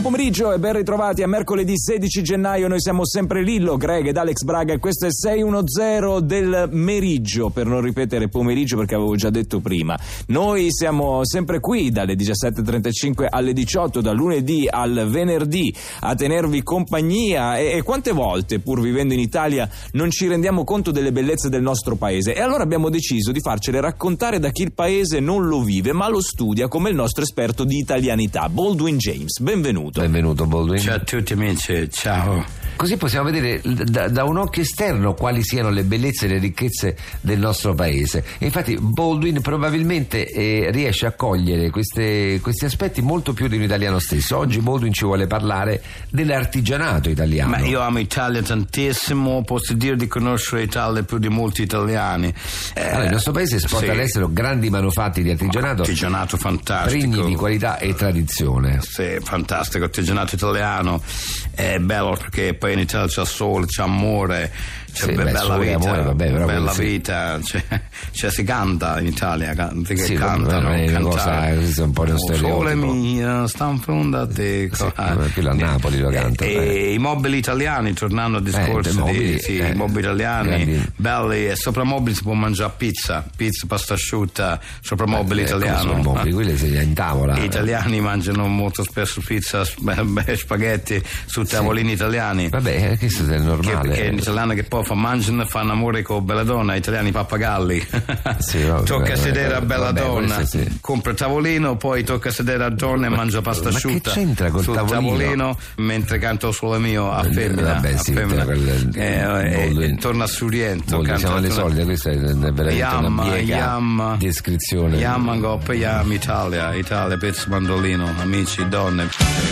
Buon pomeriggio e ben ritrovati a mercoledì 16 gennaio. Noi siamo sempre Lillo, Greg ed Alex Braga e questo è 610 del meriggio, per non ripetere pomeriggio perché avevo già detto prima. Noi siamo sempre qui dalle 17.35 alle 18, dal lunedì al venerdì, a tenervi compagnia e quante volte, pur vivendo in Italia, non ci rendiamo conto delle bellezze del nostro paese, e allora abbiamo deciso di farcele raccontare da chi il paese non lo vive ma lo studia, come il nostro esperto di italianità, Baldwin James. Benvenuto. Benvenuto Baldwin. Ciao a tutti amici, ciao. Così possiamo vedere da un occhio esterno quali siano le bellezze e le ricchezze del nostro paese. E infatti Baldwin probabilmente riesce a cogliere questi aspetti molto più di un italiano stesso. Oggi Baldwin ci vuole parlare dell'artigianato italiano. Ma io amo Italia tantissimo, posso dire di conoscere Italia più di molti italiani. Allora, il nostro paese esporta all'estero grandi manufatti di artigianato fantastico, pregni di qualità e tradizione. Sì, fantastico, artigianato italiano è bello perché poi in Italia c'è sole, c'è amore, c'è bella vita, amore, vabbè, bella sì. Vita, cioè si canta in Italia, sì, cantano, è una cosa, è un po' uno stereotipo. Sole mia, sta in fondo a te. Quello a Napoli lo canta. E i mobili italiani, tornando al discorso i mobili italiani, grandi. Belli, e sopra mobili si può mangiare pizza, pasta asciutta, sopra mobili italiano. Mobili, quelli si in tavola. Gli italiani mangiano molto spesso pizza, spaghetti su tavolini italiani. Vabbè, questo è normale. Perché gli italiani che poi mangiano, fanno amore con bella donna, italiani pappagalli. Sì, vabbè, tocca sedere a bella donna, sì. Compra tavolino, poi tocca sedere a donna e mangia pasta asciutta. Ma che c'entra col sul tavolino mentre canto solo mio a femmina. Vabbè, sì, e torna su rientro. Siamo alle solite, questa è veramente una biega descrizione. Yam, Italia, pezzo mandolino, amici, donne.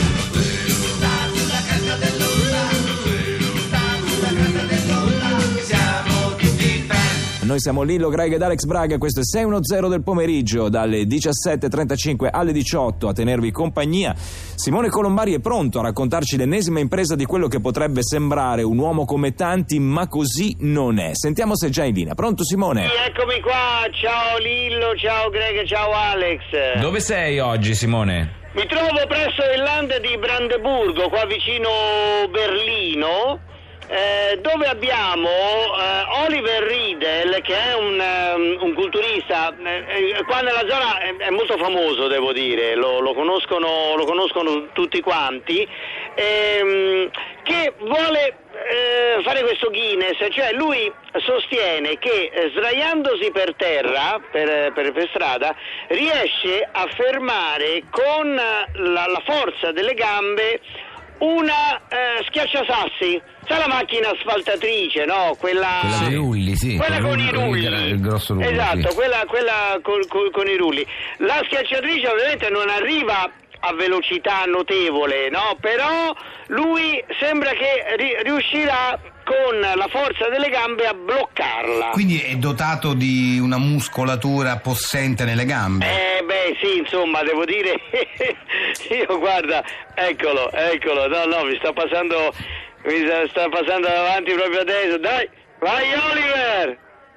Noi siamo Lillo, Greg ed Alex Braga, questo è 610 del pomeriggio, dalle 17.35 alle 18, a tenervi compagnia. Simone Colombari è pronto a raccontarci l'ennesima impresa di quello che potrebbe sembrare un uomo come tanti, ma così non è. Sentiamo se è già in linea. Pronto Simone? Sì, eccomi qua, ciao Lillo, ciao Greg, ciao Alex. Dove sei oggi Simone? Mi trovo presso il Land di Brandeburgo, qua vicino Berlino, dove abbiamo Oliver Riedel, che è un culturista, qua nella zona è molto famoso, devo dire, lo conoscono tutti quanti, che vuole fare questo Guinness, cioè lui sostiene che sdraiandosi per terra, per strada, riesce a fermare con la forza delle gambe una schiacciasassi. Sai la macchina asfaltatrice, no? Quella dei rulli, sì. Quella con i rulli. Il grosso rullo. Esatto, sì. quella con i rulli. La schiacciatrice ovviamente non arriva a velocità notevole, no? Però lui sembra che riuscirà con la forza delle gambe a bloccarla. Quindi è dotato di una muscolatura possente nelle gambe? Sì, insomma, devo dire, io guarda, eccolo, no, mi sta passando davanti proprio adesso, dai, vai Oliver!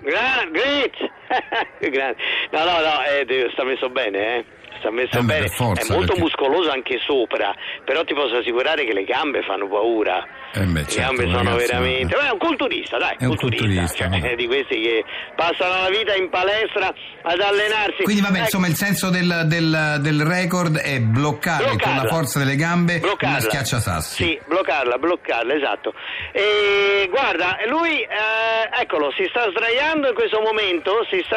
Great! No, sta messo bene, sta messo bene, forza, è molto perché muscoloso anche sopra, però ti posso assicurare che le gambe fanno paura. Le gambe sono veramente... è un culturista, dai, è un culturista. Cioè, di questi che passano la vita in palestra ad allenarsi. Quindi vabbè, insomma, il senso del record è bloccare con la forza delle gambe una schiacciasassi. Sì, bloccarla, esatto. E guarda, lui, eccolo, si sta sdraiando in questo momento,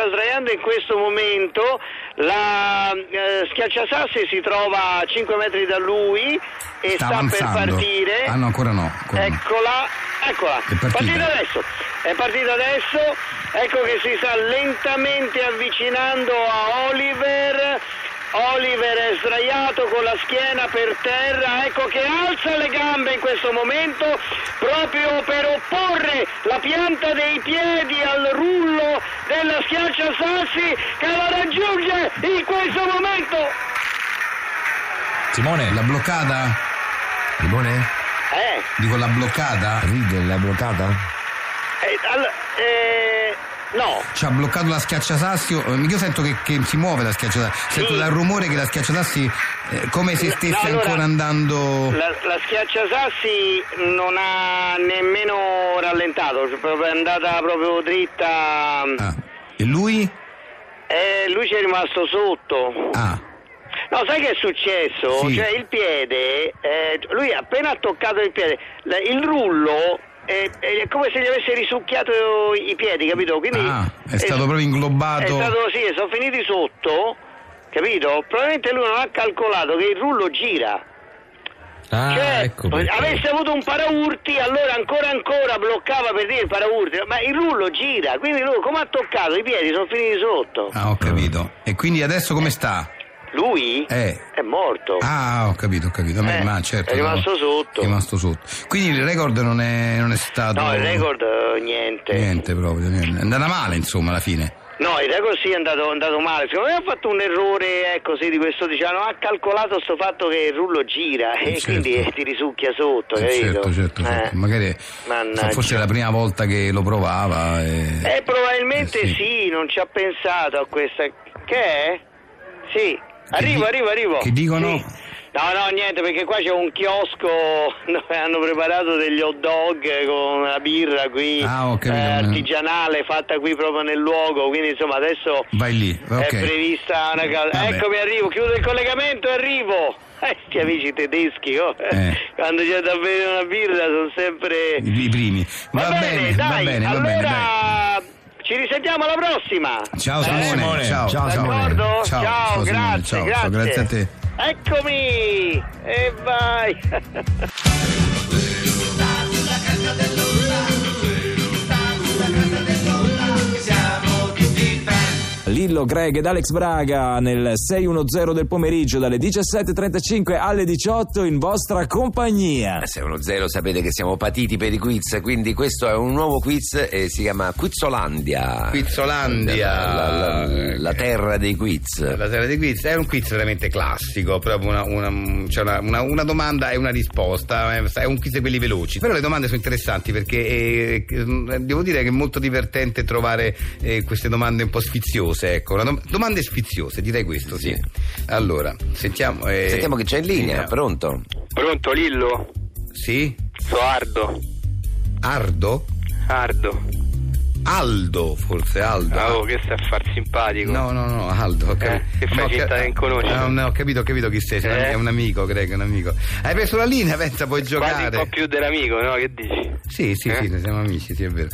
la schiacciasassi si trova a 5 metri da lui e sta avanzando. Per partire. Ah no, ancora no. Eccola. È partita adesso, ecco che si sta lentamente avvicinando a Oliver è sdraiato con la schiena per terra, ecco che alza le gambe in questo momento proprio per opporre la pianta dei piedi al rullo della schiacciasassi che lo raggiunge in questo momento. Simone, la bloccata? Simone? Dico la bloccata? Ride la bloccata? No. Ci ha bloccato la schiacciasassi. Io sento che si muove la schiacciasassi. Sento dal rumore che la schiacciasassi come se stesse ancora andando. La schiacciasassi non ha nemmeno rallentato, è andata proprio dritta. E lui? Lui ci è rimasto sotto. No, sai che è successo? Sì. Cioè il piede, lui appena ha toccato il piede, il rullo è come se gli avesse risucchiato i piedi, capito? Quindi è stato proprio inglobato. Sono finiti sotto, capito? Probabilmente lui non ha calcolato che il rullo gira. Ecco perché. Avesse avuto un paraurti, allora ancora bloccava per dire il paraurti, ma il rullo gira, quindi lui come ha toccato i piedi sono finiti sotto. Ho capito. E quindi adesso come sta? Lui è morto. Ho capito. Ma certo, è rimasto sotto. Quindi il record non è stato. No, il record niente. Niente proprio, niente. È andata male, insomma, alla fine. No, il record sì è andato male. Secondo me ha fatto un errore, di questo, diciamo, ha calcolato sto fatto che il rullo gira e quindi ti risucchia sotto, capito? Certo. Magari forse è la prima volta che lo provava. Probabilmente sì, non ci ha pensato a questa. Che è? Sì. Arrivo. Che dicono? Sì. No, niente, perché qua c'è un chiosco dove hanno preparato degli hot dog con la birra qui, artigianale, fatta qui proprio nel luogo, quindi insomma adesso vai lì, è prevista una cosa. Eccomi, arrivo, chiudo il collegamento e arrivo. Sti amici tedeschi, quando c'è da bere una birra sono sempre i primi. Va bene. Allora ci risentiamo alla prossima. Ciao Simone. Ciao. D'accordo? Ciao, grazie. Grazie a te. Eccomi e vai. Lillo, Greg ed Alex Braga nel 610 del pomeriggio dalle 17.35 alle 18 in vostra compagnia. 610 sapete che siamo patiti per i quiz, quindi questo è un nuovo quiz e si chiama Quizzolandia. La terra dei quiz. La terra dei quiz è un quiz veramente classico, proprio una domanda e una risposta, è un quiz di quelli veloci. Però le domande sono interessanti perché devo dire che è molto divertente trovare queste domande un po' sfiziose. Ecco, domande sfiziose, direi questo, sì. Allora, sentiamo che c'è in linea, pronto? Pronto, Lillo? Sì? Sono Ardo. Ardo? Aldo, forse Aldo. Che stai a far simpatico? No, Aldo. Che fai finta che non conosci? No, ho capito chi sei, è un amico, Greg, un amico. Hai preso la linea, pensa, puoi giocare. Quasi un po' più dell'amico, no? Che dici? Sì, siamo amici, sì, è vero.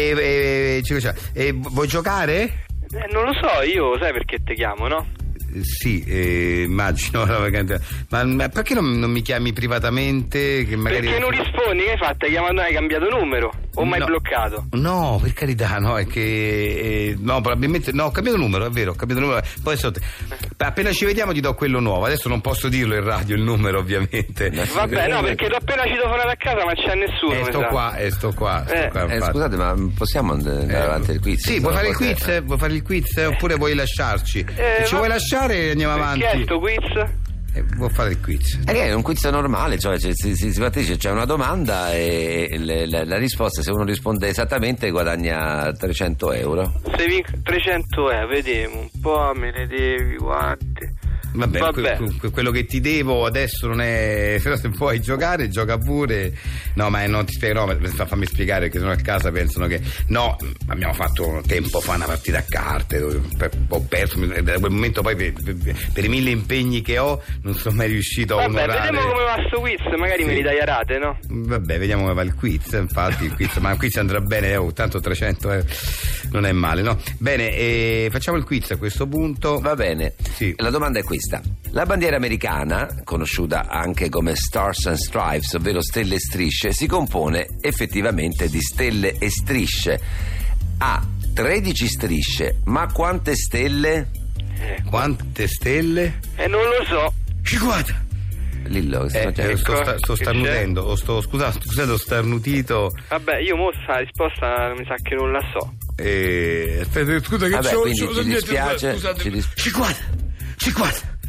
Vuoi giocare? Non lo so, io sai perché ti chiamo, no? Sì, immagino. Ma perché non mi chiami privatamente? Che magari... Perché non rispondi? Che hai fatto? Hai cambiato numero? O mi hai bloccato? No, per carità, no, è che probabilmente ho cambiato numero, è vero, ho cambiato numero. Poi appena ci vediamo ti do quello nuovo. Adesso non posso dirlo in radio il numero, ovviamente. Vabbè, no, perché t'ho appena citofonato a casa, ma c'è nessuno. Sto qua. Scusate, ma possiamo andare avanti al quiz? Sì, vuoi fare il quiz? Vuoi fare il quiz oppure vuoi lasciarci? Se ci vuoi lasciare andiamo avanti. Che è sto quiz? Vuoi fare il quiz? È un quiz normale, cioè c'è una domanda e la risposta, se uno risponde esattamente, guadagna 300 euro. Se vinco 300 euro, vediamo un po', me ne devi, guardi. Vabbè. Quello che ti devo adesso non è. Però se vuoi giocare, gioca pure. No, ma non ti spiego, fammi spiegare, perché sennò a casa pensano che. No, abbiamo fatto tempo fa una partita a carte, ho perso, da quel momento poi per i 1000 impegni che ho non sono mai riuscito a onorare. Vabbè, vediamo come va sto quiz, magari me li dai a rate, no? Vabbè, vediamo come va il quiz, infatti il quiz, ma il quiz andrà bene, tanto 300 non è male, no? Bene, facciamo il quiz a questo punto. Va bene, sì. La domanda è questa. La bandiera americana, conosciuta anche come Stars and Stripes, ovvero stelle e strisce, si compone effettivamente di stelle e strisce. Ha 13 strisce, ma quante stelle? Quante stelle? Non lo so. 50. Lillo, sto starnutendo, scusate, ho starnutito. Vabbè, io la risposta mi sa che non la so. Aspetta, scusa che quindi ci dispiace. 50.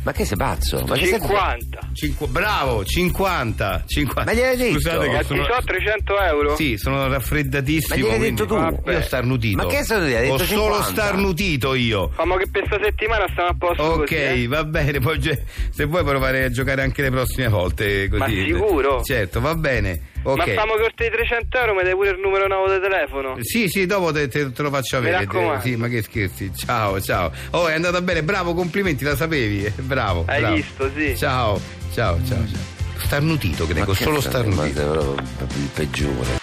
Ma che sei pazzo? Ma che 50. Bravo, 50. Ma gliel'hai detto? Scusate che Ma ti so 300 euro? Sì, sono raffreddatissimo. Ma gliel'hai quindi- detto tu? Io ho starnutito. Ma che starnutito? Hai detto Ho solo 50. starnutito io. Famo che per sta settimana stiamo a posto Ok, così, va bene, poi se vuoi provare a giocare anche le prossime volte così. Ma sicuro? Certo, va bene. Ok. Ma famo che oltre i 300 euro mi dai pure il numero nuovo del telefono? Sì, dopo te lo faccio avere. Mi raccomando. Sì, ma che scherzi. Ciao. Oh, è andata bene, bravo, complimenti, la sapevi. Bravo. Hai bravo. visto, sì. Ciao. Starnutito, credo, solo starnutito. Ma è proprio il peggiore.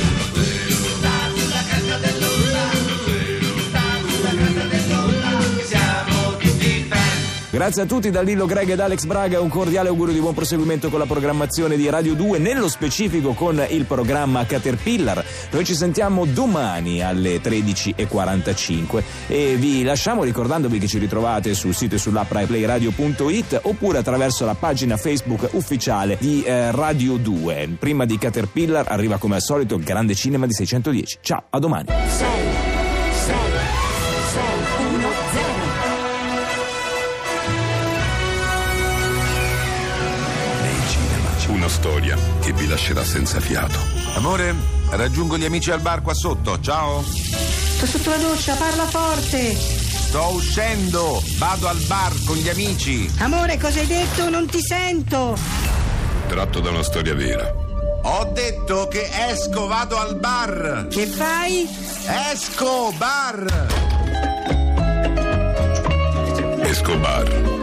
Grazie a tutti da Lillo Greg ed Alex Braga, un cordiale augurio di buon proseguimento con la programmazione di Radio 2, nello specifico con il programma Caterpillar. Noi ci sentiamo domani alle 13:45 e vi lasciamo ricordandovi che ci ritrovate sul sito e sull'app RaiPlayRadio.it oppure attraverso la pagina Facebook ufficiale di Radio 2. Prima di Caterpillar arriva come al solito il grande cinema di 610. Ciao, a domani. 6, 6, 1, 0. Una storia che vi lascerà senza fiato. Amore, raggiungo gli amici al bar qua sotto, ciao. Sto sotto la doccia, parla forte. Sto uscendo, vado al bar con gli amici. Amore, cosa hai detto? Non ti sento. Tratto da una storia vera. Ho detto che esco, vado al bar. Che fai? Esco, bar. Escobar.